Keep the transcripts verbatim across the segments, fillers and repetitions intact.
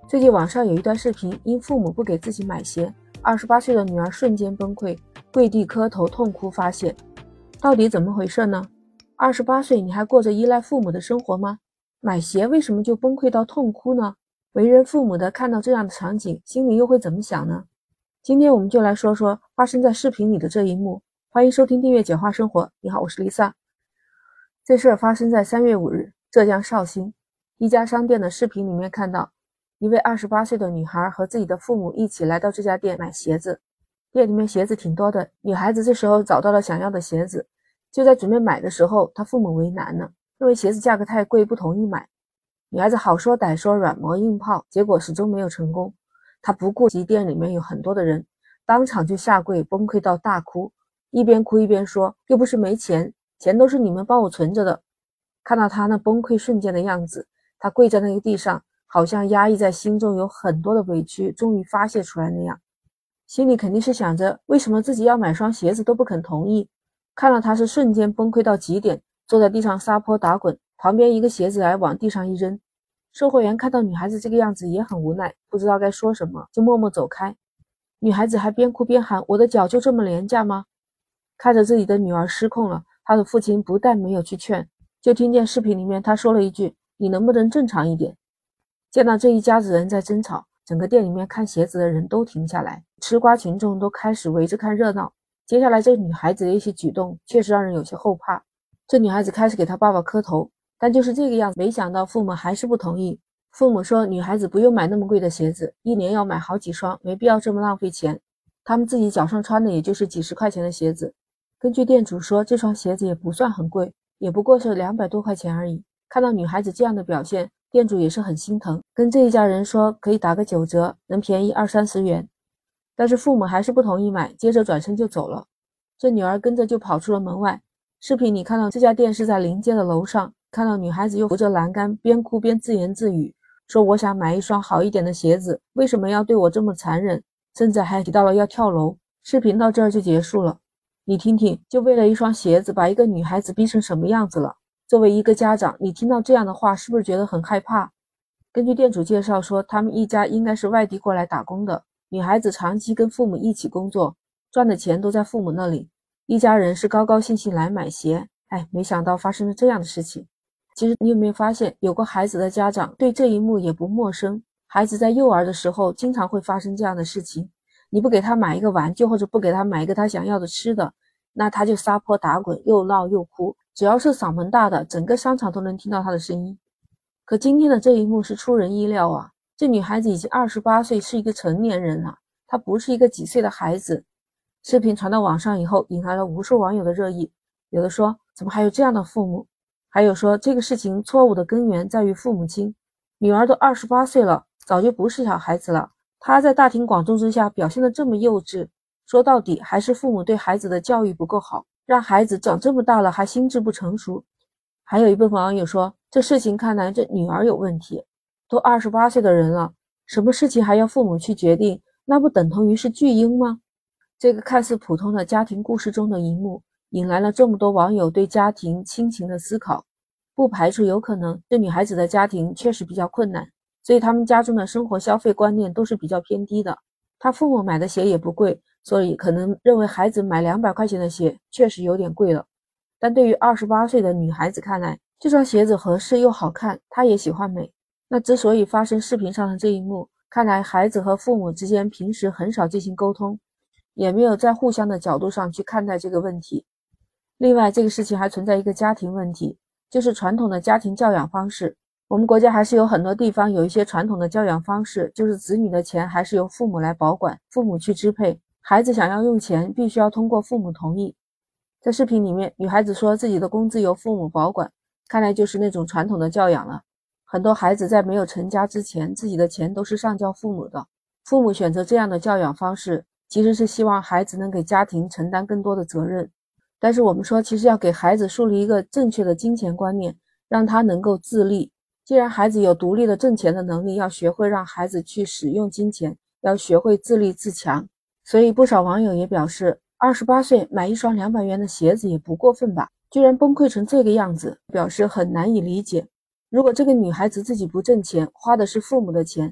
最近网上有一段视频，因父母不给自己买鞋，二十八岁的女儿瞬间崩溃，跪地磕头痛哭发泄。到底怎么回事呢？二十八岁你还过着依赖父母的生活吗？买鞋为什么就崩溃到痛哭呢？为人父母的看到这样的场景，心里又会怎么想呢？今天我们就来说说发生在视频里的这一幕。欢迎收听订阅简化生活。你好，我是 Lisa。 这事儿发生在三月五日，浙江绍兴一家商店的视频里面看到，一位二十八岁的女孩和自己的父母一起来到这家店买鞋子。店里面鞋子挺多的，女孩子这时候找到了想要的鞋子，就在准备买的时候，她父母为难了，认为鞋子价格太贵，不同意买。女孩子好说歹说，软磨硬泡，结果始终没有成功。她不顾及店里面有很多的人，当场就下跪崩溃到大哭，一边哭一边说，又不是没钱，钱都是你们帮我存着的。看到她那崩溃瞬间的样子，她跪在那个地上，好像压抑在心中有很多的委屈终于发泄出来那样，心里肯定是想着为什么自己要买双鞋子都不肯同意。看到她是瞬间崩溃到极点，坐在地上撒泼打滚，旁边一个鞋子来往地上一扔。售货员看到女孩子这个样子也很无奈，不知道该说什么，就默默走开。女孩子还边哭边喊，我的脚就这么廉价吗？看着自己的女儿失控了，她的父亲不但没有去劝，就听见视频里面他说了一句，你能不能正常一点？见到这一家子人在争吵，整个店里面看鞋子的人都停下来，吃瓜群众都开始围着看热闹。接下来这女孩子的一些举动确实让人有些后怕。这女孩子开始给她爸爸磕头，但就是这个样子，没想到父母还是不同意。父母说女孩子不用买那么贵的鞋子，一年要买好几双，没必要这么浪费钱。他们自己脚上穿的也就是几十块钱的鞋子。根据店主说，这双鞋子也不算很贵，也不过是两百多块钱而已。看到女孩子这样的表现，店主也是很心疼，跟这一家人说可以打个九折，能便宜二三十元。但是父母还是不同意买，接着转身就走了。这女儿跟着就跑出了门外。视频里看到这家店是在临街的楼上，看到女孩子又扶着栏杆边哭边自言自语，说我想买一双好一点的鞋子，为什么要对我这么残忍，甚至还提到了要跳楼。视频到这儿就结束了。你听听，就为了一双鞋子把一个女孩子逼成什么样子了。作为一个家长，你听到这样的话是不是觉得很害怕？根据店主介绍说，他们一家应该是外地过来打工的，女孩子长期跟父母一起工作，赚的钱都在父母那里，一家人是高高兴兴来买鞋。哎，没想到发生了这样的事情。其实你有没有发现，有过孩子的家长对这一幕也不陌生，孩子在幼儿的时候经常会发生这样的事情。你不给他买一个玩具，或者不给他买一个他想要的吃的，那他就撒泼打滚，又闹又哭，只要是嗓门大的，整个商场都能听到他的声音。可今天的这一幕是出人意料啊，这女孩子已经二十八岁，是一个成年人了，她不是一个几岁的孩子。视频传到网上以后，引来了无数网友的热议，有的说怎么还有这样的父母，还有说这个事情错误的根源在于父母亲，女儿都二十八岁了，早就不是小孩子了，她在大庭广众之下表现得这么幼稚，说到底还是父母对孩子的教育不够好，让孩子长这么大了还心智不成熟。还有一部分网友说，这事情看来这女儿有问题，都二十八岁的人了，什么事情还要父母去决定，那不等同于是巨婴吗？这个看似普通的家庭故事中的一幕，引来了这么多网友对家庭亲情的思考。不排除有可能这女孩子的家庭确实比较困难，所以他们家中的生活消费观念都是比较偏低的，她父母买的鞋也不贵，所以可能认为孩子买两百块钱的鞋确实有点贵了。但对于二十八岁的女孩子看来，这双鞋子合适又好看，她也喜欢美。那之所以发生视频上的这一幕，看来孩子和父母之间平时很少进行沟通，也没有在互相的角度上去看待这个问题。另外，这个事情还存在一个家庭问题，就是传统的家庭教养方式。我们国家还是有很多地方有一些传统的教养方式，就是子女的钱还是由父母来保管，父母去支配，孩子想要用钱必须要通过父母同意。在视频里面，女孩子说自己的工资由父母保管，看来就是那种传统的教养了。很多孩子在没有成家之前，自己的钱都是上交父母的，父母选择这样的教养方式，其实是希望孩子能给家庭承担更多的责任。但是我们说，其实要给孩子树立一个正确的金钱观念，让他能够自立。既然孩子有独立的挣钱的能力，要学会让孩子去使用金钱，要学会自立自强。所以不少网友也表示，二十八岁买一双两百元的鞋子也不过分吧，居然崩溃成这个样子，表示很难以理解。如果这个女孩子自己不挣钱，花的是父母的钱，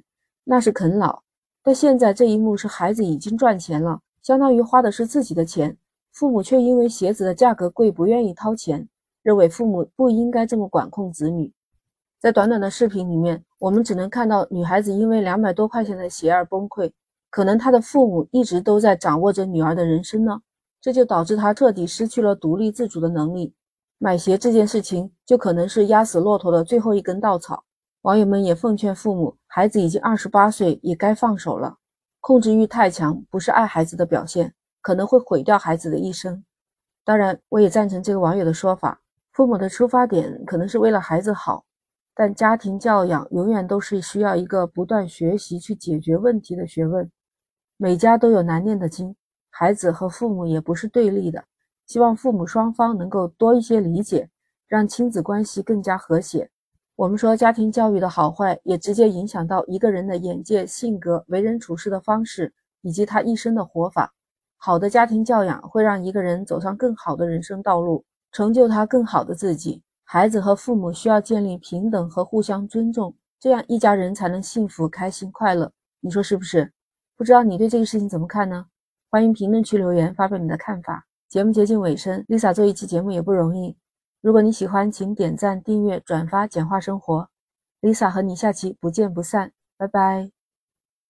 那是啃老。但现在这一幕是孩子已经赚钱了，相当于花的是自己的钱，父母却因为鞋子的价格贵不愿意掏钱，认为父母不应该这么管控子女。在短短的视频里面，我们只能看到女孩子因为两百多块钱的鞋而崩溃，可能她的父母一直都在掌握着女儿的人生呢，这就导致她彻底失去了独立自主的能力。买鞋这件事情就可能是压死骆驼的最后一根稻草。网友们也奉劝父母，孩子已经二十八岁，也该放手了。控制欲太强不是爱孩子的表现，可能会毁掉孩子的一生。当然，我也赞成这个网友的说法，父母的出发点可能是为了孩子好，但家庭教养永远都是需要一个不断学习去解决问题的学问。每家都有难念的经，孩子和父母也不是对立的，希望父母双方能够多一些理解，让亲子关系更加和谐。我们说家庭教育的好坏也直接影响到一个人的眼界、性格、为人处事的方式，以及他一生的活法。好的家庭教养会让一个人走上更好的人生道路，成就他更好的自己。孩子和父母需要建立平等和互相尊重，这样一家人才能幸福、开心、快乐。你说是不是？不知道你对这个事情怎么看呢？欢迎评论区留言发表你的看法。节目接近尾声 ，Lisa 做一期节目也不容易。如果你喜欢，请点赞、订阅、转发，简化生活。Lisa 和你下期不见不散，拜拜。